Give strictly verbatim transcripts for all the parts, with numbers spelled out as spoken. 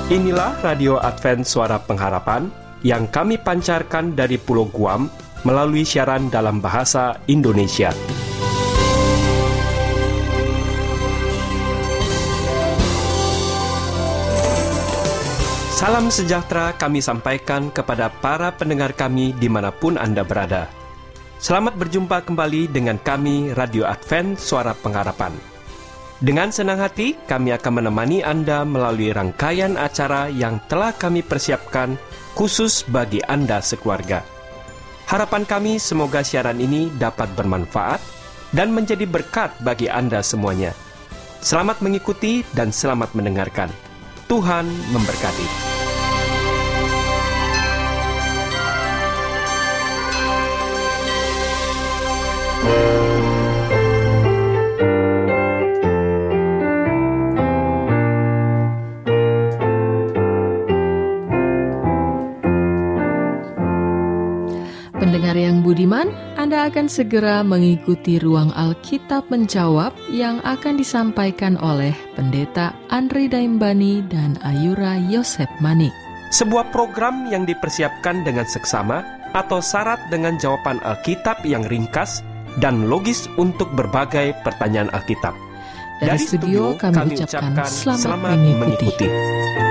Inilah Radio Advent Suara Pengharapan yang kami pancarkan dari Pulau Guam melalui siaran dalam bahasa Indonesia. Salam sejahtera kami sampaikan kepada para pendengar kami dimanapun Anda berada. Selamat berjumpa kembali dengan kami Radio Advent Suara Pengharapan. Dengan senang hati, kami akan menemani Anda melalui rangkaian acara yang telah kami persiapkan khusus bagi Anda sekeluarga. Harapan kami semoga siaran ini dapat bermanfaat dan menjadi berkat bagi Anda semuanya. Selamat mengikuti dan selamat mendengarkan. Tuhan memberkati. Pendengar yang budiman, Anda akan segera mengikuti Ruang Alkitab Menjawab yang akan disampaikan oleh Pendeta Andri Daimbani dan Ayura Yosep Manik. Sebuah program yang dipersiapkan dengan seksama atau syarat dengan jawaban Alkitab yang ringkas dan logis untuk berbagai pertanyaan Alkitab. Dari, Dari studio, studio kami, kami ucapkan selamat, selamat mengikuti. mengikuti.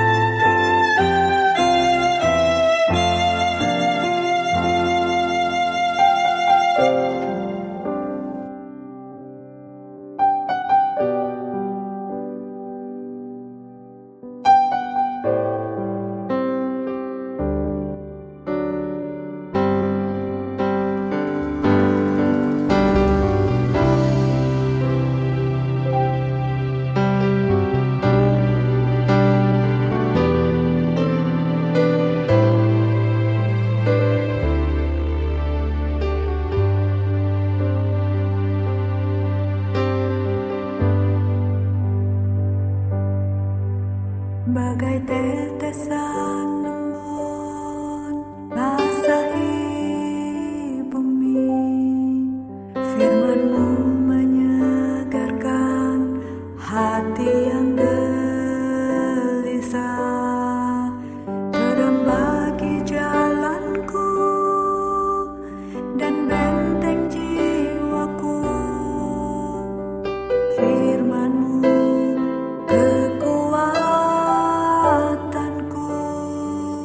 Bagai tetesan embun basahi bumi, firman-Mu menyegarkan hati yang gelisah. Terang bagi jalanku dan benteng jiwaku, firman-Mu kekuatanku.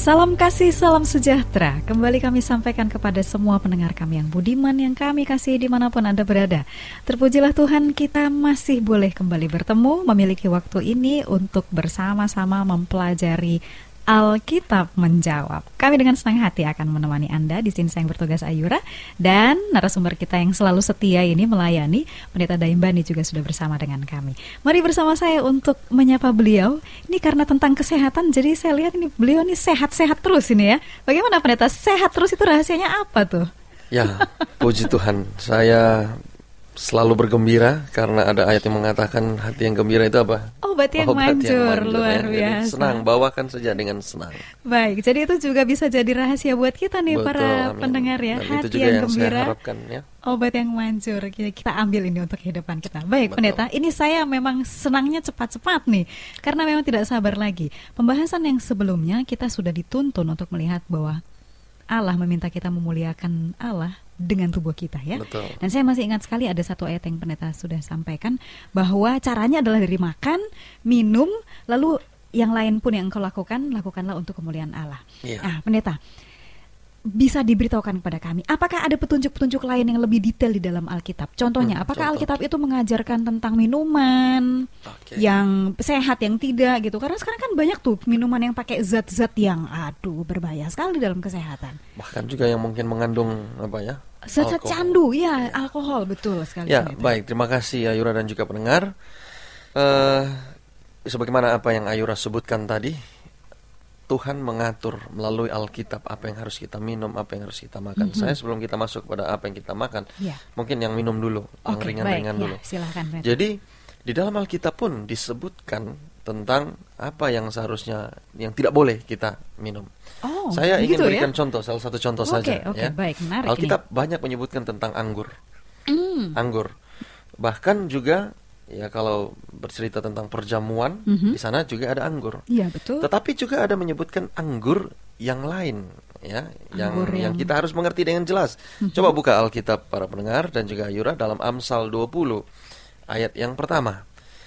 Salam kasih, salam sejahtera. Kembali kami sampaikan kepada semua pendengar kami yang budiman, yang kami kasih dimanapun Anda berada. Terpujilah Tuhan, kita masih boleh kembali bertemu, memiliki waktu ini untuk bersama-sama mempelajari Alkitab Menjawab. Kami dengan senang hati akan menemani Anda. Di sini saya yang bertugas Ayura, dan narasumber kita yang selalu setia ini melayani, Pendeta Daimbani juga sudah bersama dengan kami. Mari bersama saya untuk menyapa beliau. Ini karena tentang kesehatan, jadi saya lihat ini beliau ini sehat-sehat terus ini ya. Bagaimana Pendeta? Sehat terus itu rahasianya apa tuh? Ya, puji Tuhan. Saya selalu bergembira karena ada ayat yang mengatakan hati yang gembira itu apa? Obat yang, Obat manjur, yang manjur, luar ya. biasa. Jadi senang, bawakan saja dengan senang. Baik, jadi itu juga bisa jadi rahasia buat kita nih. Betul, para amin. pendengar ya. Dan hati itu juga yang yang gembira, saya harapkan ya. obat yang manjur. Kita, kita ambil ini untuk kehidupan kita. Baik, Betul. Pendeta, ini saya memang senangnya cepat-cepat nih, karena memang tidak sabar lagi. Pembahasan yang sebelumnya kita sudah dituntun untuk melihat bahwa Allah meminta kita memuliakan Allah dengan tubuh kita ya. Betul. Dan saya masih ingat sekali ada satu ayat yang Pendeta sudah sampaikan, bahwa caranya adalah dari makan, minum, lalu yang lain pun yang engkau lakukan, lakukanlah untuk kemuliaan Allah. Iya. Nah, Pendeta, bisa diberitahukan kepada kami, apakah ada petunjuk-petunjuk lain yang lebih detail di dalam Alkitab? Contohnya, Hmm, apakah contoh. Alkitab itu mengajarkan tentang minuman Oke. yang sehat, yang tidak gitu? Karena sekarang kan banyak tuh minuman yang pakai zat-zat yang aduh berbahaya sekali dalam kesehatan. Bahkan juga yang mungkin mengandung apa ya? Zat-zat alkohol. candu, ya, alkohol, betul sekali. Ya, Pendeta. baik. Terima kasih Ayura dan juga pendengar. Eh, sebagaimana apa yang Ayura sebutkan tadi, Tuhan mengatur melalui Alkitab apa yang harus kita minum, apa yang harus kita makan. Mhm. Saya sebelum kita masuk pada apa yang kita makan, Ya. mungkin yang minum dulu, yang Oke, ringan-ringan baik. dulu. Ya, silakan, Pendeta. Jadi di dalam Alkitab pun disebutkan tentang apa yang seharusnya, yang tidak boleh kita minum. Oh, Saya ingin begitu berikan ya? contoh, salah satu contoh Oke, saja. oke, ya. baik, menarik Alkitab banyak menyebutkan tentang anggur. Mm. Anggur. Bahkan juga ya kalau bercerita tentang perjamuan, Mhm. di sana juga ada anggur. Iya, betul. Tetapi juga ada menyebutkan anggur yang lain, ya, yang Anggur yang yang- kita harus mengerti dengan jelas. Mhm. Coba buka Alkitab para pendengar dan juga Ayura dalam Amsal dua puluh ayat yang pertama.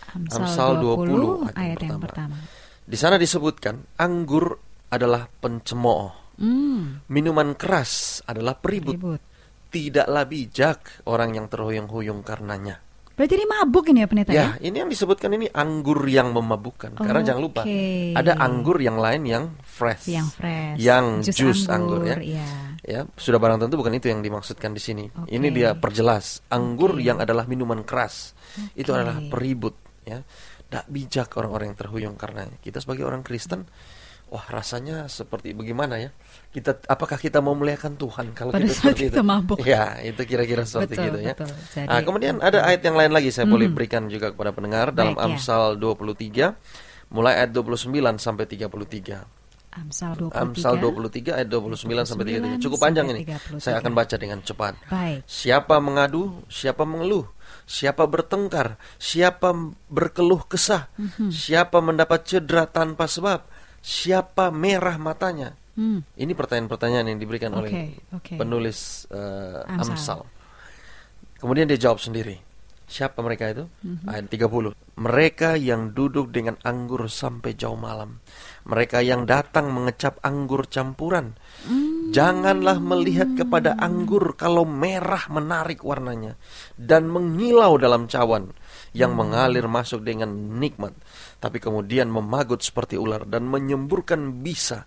Amsal dua puluh ayat yang pertama. Di sana disebutkan anggur adalah pencemooh, Hmm, minuman keras adalah peribut. ribut. Tidaklah bijak orang yang terhuyung-huyung karenanya. Berarti ini mabuk ini ya, Pendeta ya? Ya, ini yang disebutkan ini anggur yang memabukkan. Karena jangan lupa, Oke. ada anggur yang lain yang fresh. Yang fresh. Yang Jus jus anggur, anggur, ya. iya. Ya, sudah barang tentu bukan itu yang dimaksudkan di sini. Oke. Ini dia perjelas, anggur Oke. yang adalah minuman keras. Itu Oke. adalah peribut, ya. Tak bijak orang-orang yang terhuyung karenanya. Kita sebagai orang Kristen, wah rasanya seperti bagaimana ya? Kita apakah kita mau memuliakan Tuhan kalau Pada kita saat seperti kita itu? mabuk. Ya, itu kira-kira seperti Betul, gitu ya. betul. Jadi- Nah, kemudian ada ayat yang lain lagi saya Mhm. boleh berikan juga kepada pendengar dalam Baik, ya. Amsal dua puluh tiga mulai ayat dua puluh sembilan sampai tiga puluh tiga. Amsal dua puluh tiga. Amsal dua puluh tiga ayat dua puluh sembilan sampai tiga puluh tiga. Cukup panjang ini. tiga puluh tiga. Saya akan baca dengan cepat. Baik. Siapa mengadu, siapa mengeluh, siapa bertengkar, siapa berkeluh kesah, Mhm. siapa mendapat cedera tanpa sebab, siapa merah matanya. Hmm. Ini pertanyaan-pertanyaan yang diberikan Oke, oleh oke. penulis eh, Amsal. Amsal. Kemudian dia jawab sendiri. Siapa mereka itu? Mhm. Ayat tiga puluh. Mereka yang duduk dengan anggur sampai jauh malam. Mereka yang datang mengecap anggur campuran. Hmm. Janganlah melihat kepada anggur kalau merah menarik warnanya dan mengilau dalam cawan yang Hmm. mengalir masuk dengan nikmat, tapi kemudian memagut seperti ular dan menyemburkan bisa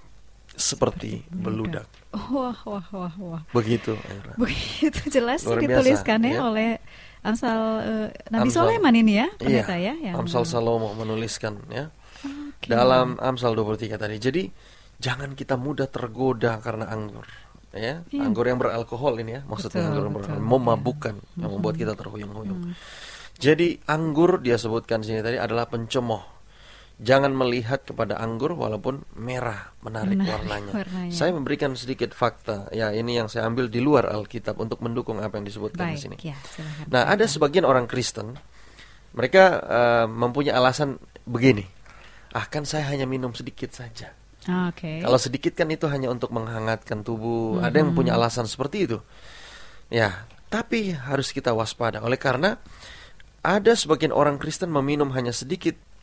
seperti beludak. Wah, wah, wah, wah. Begitu, Aira. Begitu jelas Luar biasa, dituliskan ya, ya. oleh Amsal eh, Nabi Amsal. Sulaiman ini ya, Iya, Pendeta ya. yang- Amsal Salomo menuliskan ya Oke. dalam Amsal dua puluh tiga tadi. Jadi jangan kita mudah tergoda karena anggur, ya. Iya. Anggur yang beralkohol ini ya, maksudnya Betul, anggur yang betul, beralkohol, iya. memabukkan, yang membuat kita terhuyung-huyung. Jadi anggur dia sebutkan sini tadi adalah pencemooh. Jangan melihat kepada anggur walaupun merah menarik Menarik warnanya. warnanya. Saya memberikan sedikit fakta. Ya, ini yang saya ambil di luar Alkitab untuk mendukung apa yang disebutkan di sini. Baik, ya, silakan. Nah, ada sebagian orang Kristen, mereka eh, mempunyai alasan begini. Ah, kan saya hanya minum sedikit saja. Oke. Kalau sedikit kan itu hanya untuk menghangatkan tubuh. Ada yang punya alasan seperti itu. Ya, tapi harus kita waspada. Oleh karena ada sebagian orang Kristen meminum hanya sedikit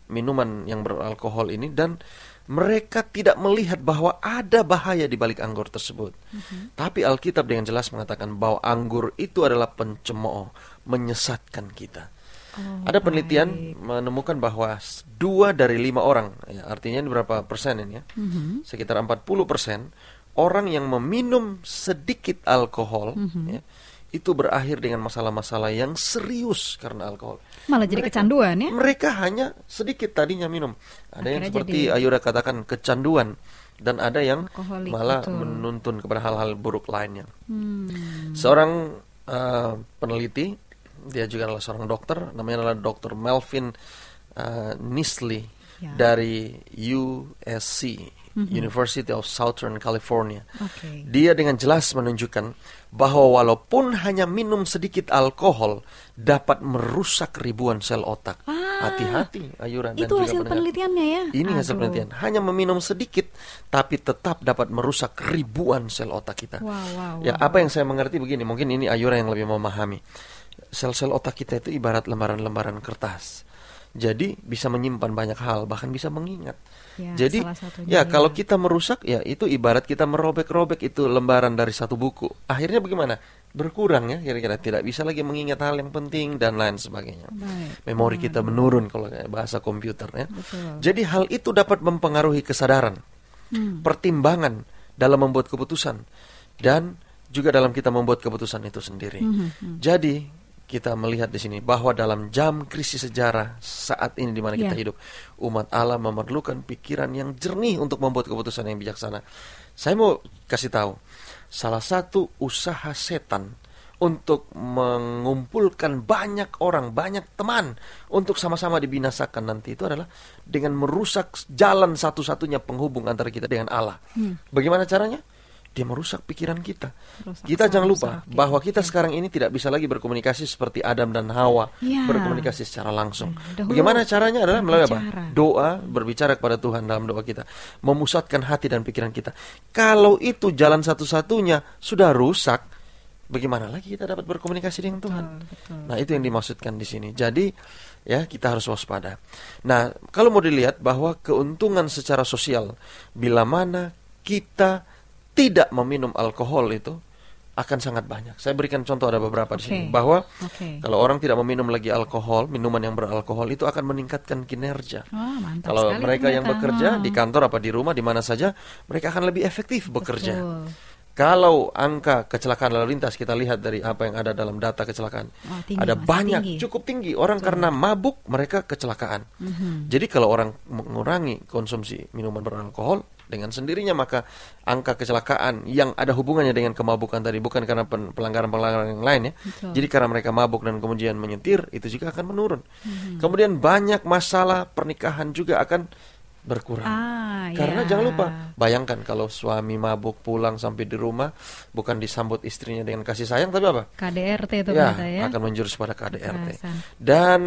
minuman yang beralkohol ini, dan mereka tidak melihat bahwa ada bahaya di balik anggur tersebut. Mm-hmm. Tapi Alkitab dengan jelas mengatakan bahwa anggur itu adalah pencemooh, menyesatkan kita. Oh, ada penelitian baik. menemukan bahwa dua dari lima orang, ya, artinya ini berapa persen ini ya? Mm-hmm. Sekitar empat puluh persen orang yang meminum sedikit alkohol, mm-hmm. ya, itu berakhir dengan masalah-masalah yang serius karena alkohol. Malah jadi mereka, kecanduan ya? Mereka hanya sedikit tadinya minum. Ada Akhirnya yang seperti jadi... Ayura katakan kecanduan. Dan ada yang alkoholik, malah betul. menuntun kepada hal-hal buruk lainnya. Hmm. Seorang uh, peneliti, dia juga adalah seorang dokter, namanya adalah dokter Melvin uh, Nisley ya. dari U S C. Mm-hmm. University of Southern California. Okay. Dia dengan jelas menunjukkan bahwa walaupun hanya minum sedikit alkohol dapat merusak ribuan sel otak. Ah, hati-hati, Ayura. Itu dan hasil juga penelitiannya ya? Ini Aduh. hasil penelitian. Hanya meminum sedikit, tapi tetap dapat merusak ribuan sel otak kita. Wow, wow, ya, wow. apa yang saya mengerti begini, mungkin ini Ayura yang lebih memahami. Sel-sel otak kita itu ibarat lembaran-lembaran kertas. Jadi bisa menyimpan banyak hal, bahkan bisa mengingat. Ya, Jadi ya, ya kalau kita merusak, ya itu ibarat kita merobek-robek itu lembaran dari satu buku. Akhirnya bagaimana? Berkurang ya, kira-kira tidak bisa lagi mengingat hal yang penting dan lain sebagainya. Baik. Memori hmm. kita menurun kalau bahasa komputer ya. Betul. Jadi hal itu dapat mempengaruhi kesadaran, hmm. pertimbangan dalam membuat keputusan, dan juga dalam kita membuat keputusan itu sendiri. Hmm. Hmm. Jadi kita melihat di sini bahwa dalam jam krisis sejarah saat ini di mana yeah. kita hidup, umat Allah memerlukan pikiran yang jernih untuk membuat keputusan yang bijaksana. Saya mau kasih tahu, salah satu usaha setan untuk mengumpulkan banyak orang, banyak teman untuk sama-sama dibinasakan nanti itu adalah dengan merusak jalan satu-satunya penghubung antara kita dengan Allah. Hmm. Bagaimana caranya? Dia merusak pikiran kita. Merusak kita jangan lupa kita. bahwa kita sekarang ini tidak bisa lagi berkomunikasi seperti Adam dan Hawa, ya. berkomunikasi secara langsung. Dahulu Bagaimana caranya adalah melalui apa? Doa, berbicara kepada Tuhan dalam doa kita, memusatkan hati dan pikiran kita. Kalau itu jalan satu-satunya sudah rusak, bagaimana lagi kita dapat berkomunikasi dengan Tuhan? Betul, betul. Nah, itu yang dimaksudkan di sini. Jadi, ya, kita harus waspada. Nah, kalau mau dilihat bahwa keuntungan secara sosial bila mana kita tidak meminum alkohol itu akan sangat banyak. Saya berikan contoh, ada beberapa okay. di sini bahwa okay. kalau orang tidak meminum lagi alkohol, minuman yang beralkohol itu akan meningkatkan kinerja. Oh, kalau mereka yang bekerja di kantor apa di rumah di mana saja, mereka akan lebih efektif bekerja. Betul. Kalau angka kecelakaan lalu lintas kita lihat dari apa yang ada dalam data kecelakaan, oh, tinggi, ada banyak, tinggi. cukup tinggi orang Betul. karena mabuk mereka kecelakaan. Mm-hmm. Jadi kalau orang mengurangi konsumsi minuman beralkohol, dengan sendirinya maka angka kecelakaan yang ada hubungannya dengan kemabukan tadi, bukan karena pelanggaran-pelanggaran yang lain ya. Betul. Jadi karena mereka mabuk dan kemudian menyetir, itu juga akan menurun. Mm-hmm. Kemudian banyak masalah pernikahan juga akan berkurang. Ah, Karena ya. jangan lupa, bayangkan kalau suami mabuk pulang sampai di rumah bukan disambut istrinya dengan kasih sayang, tapi apa? K D R T itu ya, ya. akan menjurus pada K D R T. Kerasan. Dan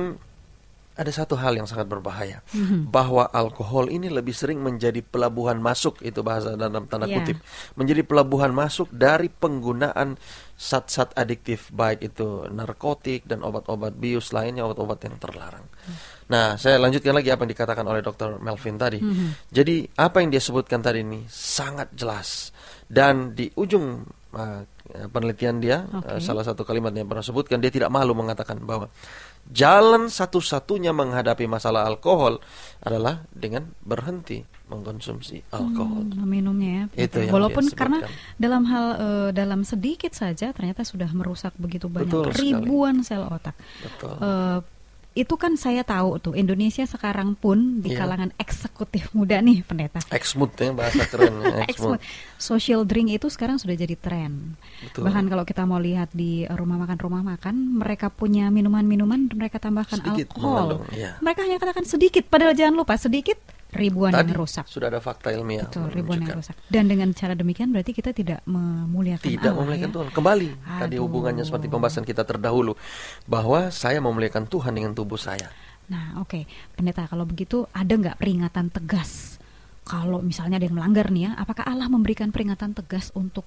ada satu hal yang sangat berbahaya, mm-hmm. bahwa alkohol ini lebih sering menjadi pelabuhan masuk, itu bahasa dalam tanda yeah. kutip, menjadi pelabuhan masuk dari penggunaan zat-zat adiktif, baik itu narkotik dan obat-obat bius lainnya, obat-obat yang terlarang. Mm. Nah, saya lanjutkan lagi apa yang dikatakan oleh dokter Melvin tadi. Mm-hmm. Jadi apa yang dia sebutkan tadi ini sangat jelas, dan di ujung uh, penelitian dia, okay. uh, salah satu kalimat yang pernah sebutkan, dia tidak malu mengatakan bahwa jalan satu-satunya menghadapi masalah alkohol adalah dengan berhenti mengkonsumsi alkohol. Hmm, meminumnya ya. Itu yang Walaupun karena dalam hal uh, dalam sedikit saja ternyata sudah merusak begitu banyak. Betul ribuan sekali. Sel otak. Betul. Uh, itu kan saya tahu tuh Indonesia sekarang pun di kalangan yeah. eksekutif muda nih pendeta. Eksmut ya bahasa kerennya. Eksmut. Social drink itu sekarang sudah jadi tren. Betul. Bahkan kalau kita mau lihat di rumah makan rumah makan, mereka punya minuman-minuman, mereka tambahkan sedikit alkohol. Mengandung, ya. Mereka hanya katakan sedikit, padahal jangan lupa sedikit ribuan Tadi yang rusak. Sudah ada fakta ilmiah. Betul, ribuan yang rusak. Dan dengan cara demikian berarti kita tidak memuliakan Tidak Allah, memuliakan ya? Tuhan. Kembali Aduh. tadi hubungannya seperti pembahasan kita terdahulu, bahwa saya memuliakan Tuhan dengan tubuh saya. Nah, oke, okay. Pendeta, kalau begitu ada nggak peringatan tegas? Kalau misalnya ada yang melanggar nih ya, apakah Allah memberikan peringatan tegas untuk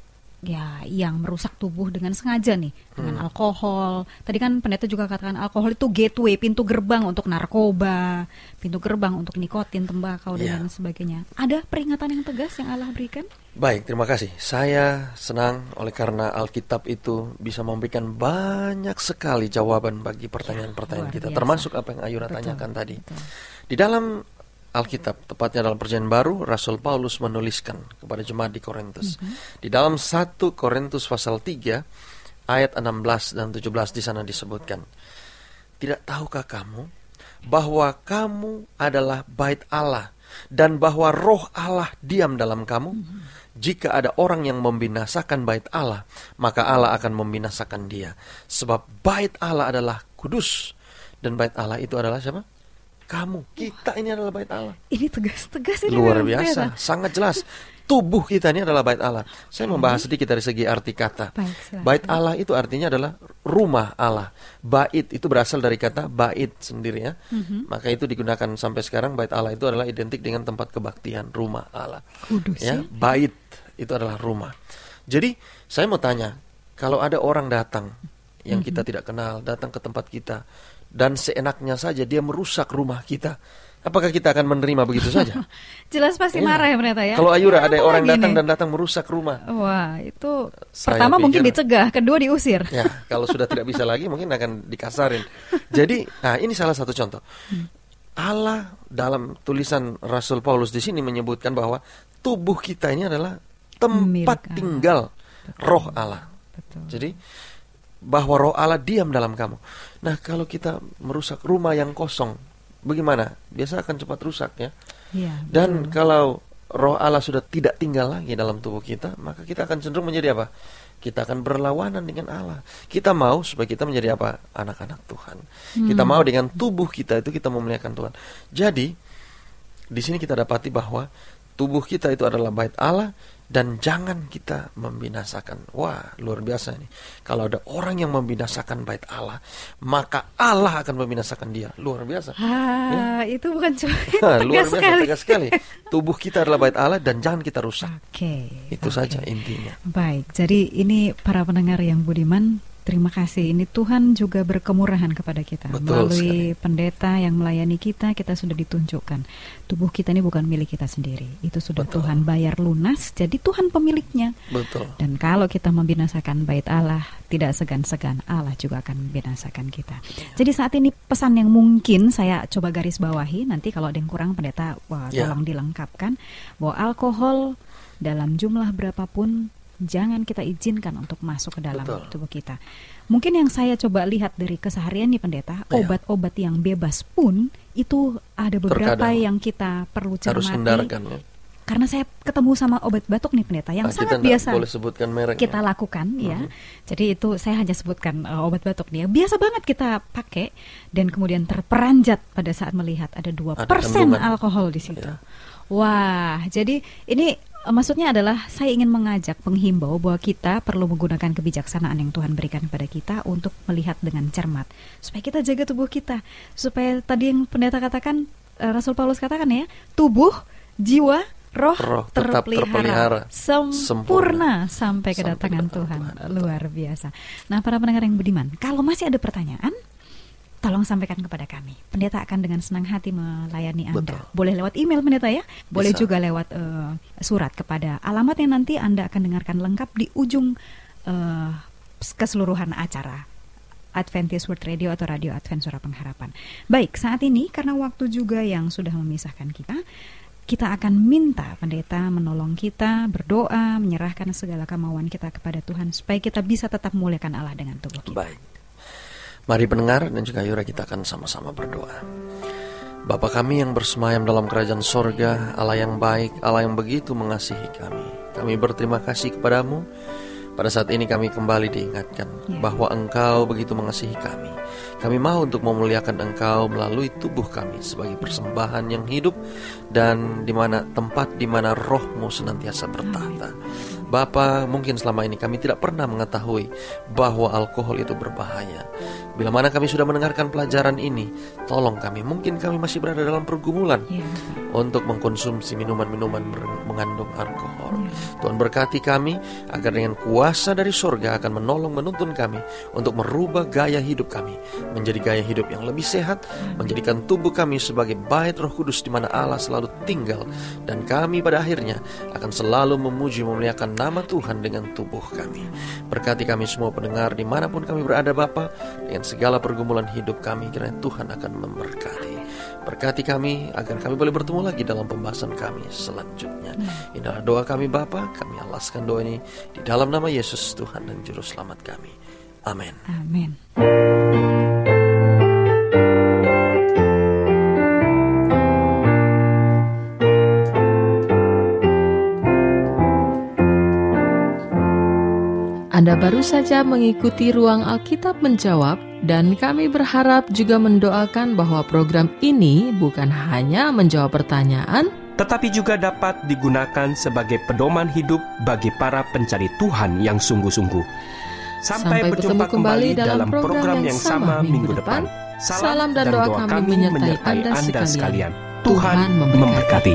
ya yang merusak tubuh dengan sengaja nih, dengan hmm. alkohol. Tadi kan pendeta juga katakan alkohol itu gateway, pintu gerbang untuk narkoba, pintu gerbang untuk nikotin, tembakau dan lain sebagainya. Ada peringatan yang tegas yang Allah berikan? Baik, terima kasih. Saya senang oleh karena Alkitab itu bisa memberikan banyak sekali jawaban bagi pertanyaan-pertanyaan ya, kita, biasa. Termasuk apa yang Ayura betul, tanyakan tadi. Betul. Di dalam Alkitab, tepatnya dalam Perjanjian Baru, Rasul Paulus menuliskan kepada jemaat di Korintus. Mm-hmm. Di dalam satu Korintus pasal tiga, ayat enam belas dan tujuh belas di sana disebutkan, tidak tahukah kamu bahwa kamu adalah bait Allah dan bahwa roh Allah diam dalam kamu? Mm-hmm. Jika ada orang yang membinasakan bait Allah, maka Allah akan membinasakan dia. Sebab bait Allah adalah kudus. Dan bait Allah itu adalah siapa? Kamu, kita ini adalah bait Allah. Ini tegas-tegas ini. Luar biasa, beda. Sangat jelas. Tubuh kita ini adalah bait Allah. Saya membahas sedikit dari segi arti kata. Baik, bait Allah itu artinya adalah rumah Allah. Bait itu berasal dari kata bait sendiri ya. Mm-hmm. Maka itu digunakan sampai sekarang. Bait Allah itu adalah identik dengan tempat kebaktian, rumah Allah. Kudus ya. Bait itu adalah rumah. Jadi saya mau tanya, kalau ada orang datang yang mm-hmm. kita tidak kenal, datang ke tempat kita, dan seenaknya saja dia merusak rumah kita, apakah kita akan menerima begitu saja? Jelas pasti ya. Marah ya pendeta ya. Kalau Ayura ya, ada orang datang nih? dan datang merusak rumah. Wah, itu Saya pertama pikir, mungkin dicegah, kedua diusir. Ya, kalau sudah tidak bisa lagi mungkin akan dikasarin. Jadi, nah ini salah satu contoh. Allah dalam tulisan Rasul Paulus di sini menyebutkan bahwa tubuh kita ini adalah tempat Milik tinggal Allah. Roh Allah. Betul. Jadi bahwa roh Allah diam dalam kamu. Nah, kalau kita merusak rumah yang kosong, bagaimana? Biasa akan cepat rusak ya. Ya Dan betul. Kalau roh Allah sudah tidak tinggal lagi dalam tubuh kita, maka kita akan cenderung menjadi apa? Kita akan berlawanan dengan Allah. Kita mau supaya kita menjadi apa? Anak-anak Tuhan. Hmm. Kita mau dengan tubuh kita itu kita memuliakan Tuhan. Jadi, di sini kita dapati bahwa tubuh kita itu adalah bait Allah dan jangan kita membinasakan. Wah, luar biasa ini. Kalau ada orang yang membinasakan bait Allah, maka Allah akan membinasakan dia. Luar biasa. Ah, ya? Itu bukan cuma ha, luar biasa, sekali. tegas sekali. Tubuh kita adalah bait Allah dan jangan kita rusak. Oke. Okay, itu okay. saja intinya. Baik, jadi ini para pendengar yang budiman, terima kasih. Ini Tuhan juga berkemurahan kepada kita. Betul melalui sekali. Pendeta yang melayani kita, kita sudah ditunjukkan. Tubuh kita ini bukan milik kita sendiri. Itu sudah Betul. Tuhan bayar lunas, jadi Tuhan pemiliknya. Betul. Dan kalau kita membinasakan bait Allah, tidak segan-segan Allah juga akan membinasakan kita. Jadi saat ini pesan yang mungkin saya coba garis bawahi, nanti kalau ada yang kurang pendeta, wah, ya. tolong dilengkapkan, bahwa alkohol dalam jumlah berapapun jangan kita izinkan untuk masuk ke dalam Betul. tubuh kita. Mungkin yang saya coba lihat dari keseharian nih pendeta, ya. obat-obat yang bebas pun itu ada beberapa Terkadang yang kita perlu cermati. Harus hindarkan ya. Karena saya ketemu sama obat batuk nih pendeta yang nah, sangat biasa boleh sebutkan mereknya. Kita lakukan uh-huh. ya. Jadi itu saya hanya sebutkan uh, obat batuk nih. Biasa banget kita pakai dan kemudian terperanjat pada saat melihat ada dua persen alkohol di situ. Ya. Wah, jadi ini maksudnya adalah saya ingin mengajak, menghimbau bahwa kita perlu menggunakan kebijaksanaan yang Tuhan berikan kepada kita untuk melihat dengan cermat, supaya kita jaga tubuh kita, supaya tadi yang pendeta katakan, Rasul Paulus katakan ya, tubuh, jiwa, roh, roh terpelihara, terpelihara sempurna, sempurna sampai kedatangan Tuhan. Tuhan. Luar biasa. Nah, para pendengar yang budiman, kalau masih ada pertanyaan, tolong sampaikan kepada kami. Pendeta akan dengan senang hati melayani Anda. Betul. Boleh lewat email pendeta ya. Boleh Bisa. juga lewat uh, surat kepada alamat yang nanti Anda akan dengarkan lengkap di ujung uh, keseluruhan acara Adventist World Radio atau Radio Advent Suara Pengharapan. Baik, saat ini karena waktu juga yang sudah memisahkan kita, kita akan minta pendeta menolong kita, berdoa, menyerahkan segala kemauan kita kepada Tuhan supaya kita bisa tetap memuliakan Allah dengan tubuh kita. Baik. Mari pendengar dan juga Ayura, kita akan sama-sama berdoa. Bapa kami yang bersemayam dalam kerajaan sorga, Allah yang baik, Allah yang begitu mengasihi kami. Kami berterima kasih kepadamu. Pada saat ini kami kembali diingatkan ya. bahwa Engkau begitu mengasihi kami. Kami mau untuk memuliakan Engkau melalui tubuh kami sebagai persembahan yang hidup dan di mana tempat di mana Roh-Mu senantiasa bertahta. Bapa, mungkin selama ini kami tidak pernah mengetahui bahwa alkohol itu berbahaya. Bila mana kami sudah mendengarkan pelajaran ini, tolong kami, mungkin kami masih berada dalam pergumulan Ya. untuk mengkonsumsi minuman-minuman mengandung alkohol. Ya. Tuhan berkati kami agar dengan kuasa dari sorga akan menolong menuntun kami untuk merubah gaya hidup kami menjadi gaya hidup yang lebih sehat, menjadikan tubuh kami sebagai bait Roh Kudus di mana Allah selalu tinggal, dan kami pada akhirnya akan selalu memuji memuliakan nama Tuhan dengan tubuh kami. Berkati kami semua pendengar dimanapun kami berada Bapa, dengan segala pergumulan hidup kami, kiranya Tuhan akan memberkati. Berkati kami agar kami boleh bertemu lagi dalam pembahasan kami selanjutnya. Inilah doa kami Bapa, kami alaskan doa ini di dalam nama Yesus Tuhan dan Juru Selamat kami. Amin. Amin. Anda baru saja mengikuti Ruang Alkitab Menjawab, dan kami berharap juga mendoakan bahwa program ini bukan hanya menjawab pertanyaan, tetapi juga dapat digunakan sebagai pedoman hidup bagi para pencari Tuhan yang sungguh-sungguh. Sampai, Sampai berjumpa kembali dalam program yang sama minggu depan. Salam dan doa kami menyertai Anda sekalian. Tuhan memberkati.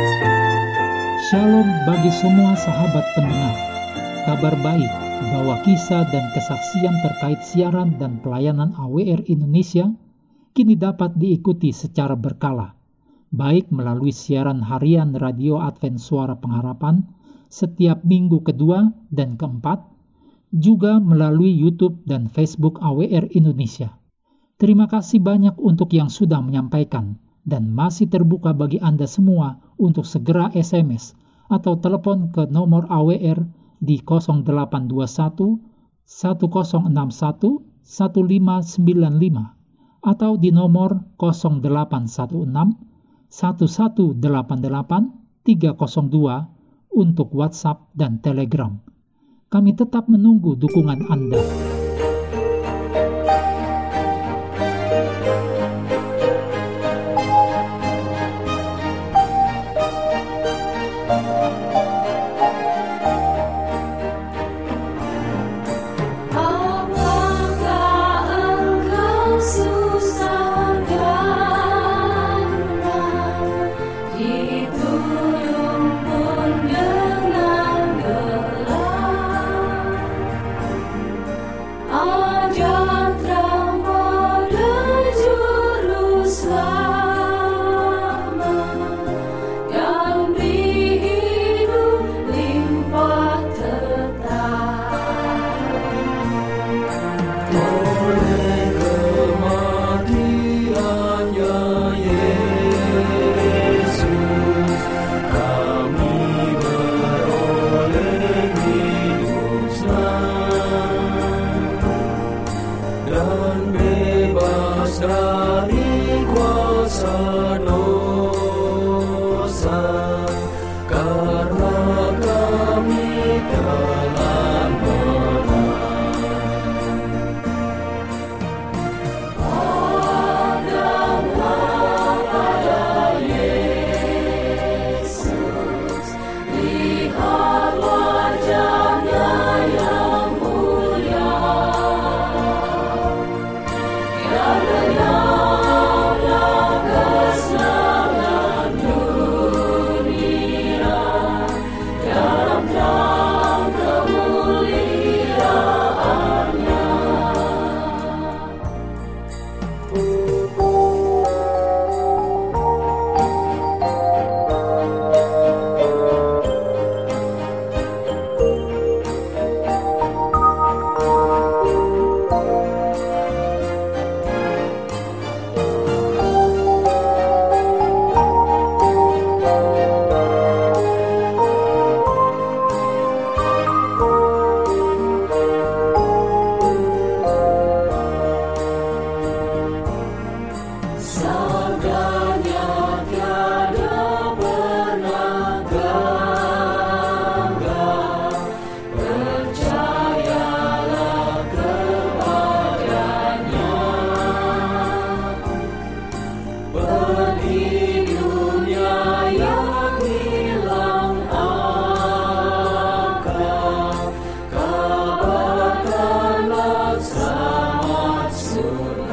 Shalom bagi semua sahabat pendengar. Kabar baik bahwa kisah dan kesaksian terkait siaran dan pelayanan A W R Indonesia kini dapat diikuti secara berkala, baik melalui siaran harian Radio Advent Suara Pengharapan setiap minggu kedua dan keempat, juga melalui YouTube dan Facebook A W R Indonesia. Terima kasih banyak untuk yang sudah menyampaikan, dan masih terbuka bagi Anda semua untuk segera S M S atau telepon ke nomor A W R di nol delapan dua satu, satu nol enam satu, satu lima sembilan lima atau di nomor nol delapan satu enam, satu satu delapan delapan, tiga nol dua untuk WhatsApp dan Telegram. Kami tetap menunggu dukungan Anda. Yang lenyaplah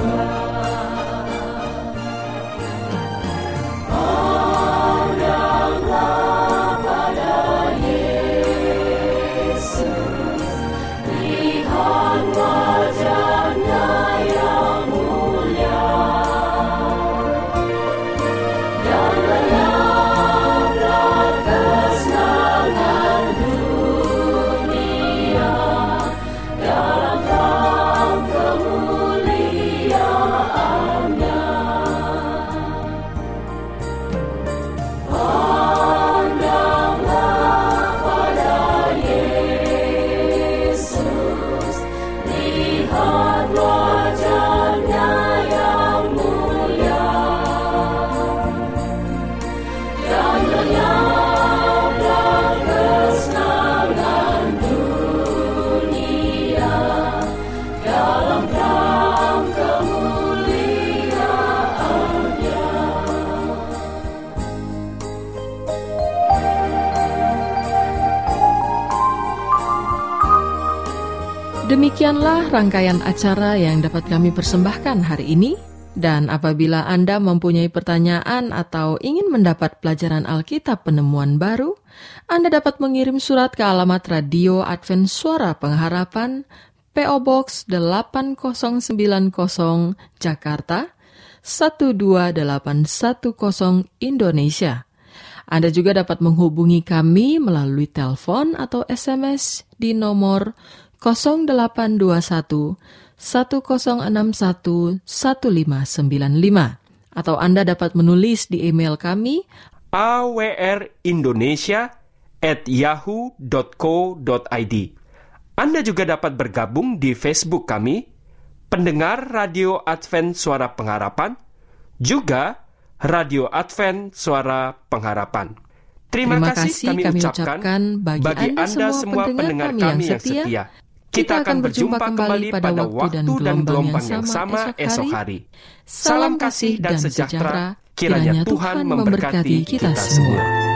Demikianlah rangkaian acara yang dapat kami persembahkan hari ini. Dan apabila Anda mempunyai pertanyaan atau ingin mendapat pelajaran Alkitab penemuan baru, Anda dapat mengirim surat ke alamat Radio Advent Suara Pengharapan, P O Box delapan nol sembilan nol Jakarta satu dua delapan satu nol Indonesia. Anda juga dapat menghubungi kami melalui telepon atau S M S di nomor nol delapan dua satu satu nol enam satu satu lima sembilan lima, atau Anda dapat menulis di email kami a w r indonesia at yahoo dot co dot i d. Anda juga dapat bergabung di Facebook kami, Pendengar Radio Advent Suara Pengharapan, juga Radio Advent Suara Pengharapan. Terima, Terima kasih, kasih kami, kami ucapkan, ucapkan bagi, bagi Anda, Anda semua semua pendengar, pendengar kami yang setia. setia. Kita akan berjumpa kembali pada waktu dan gelombang yang sama esok hari. Salam kasih dan sejahtera. Kiranya Tuhan memberkati kita semua.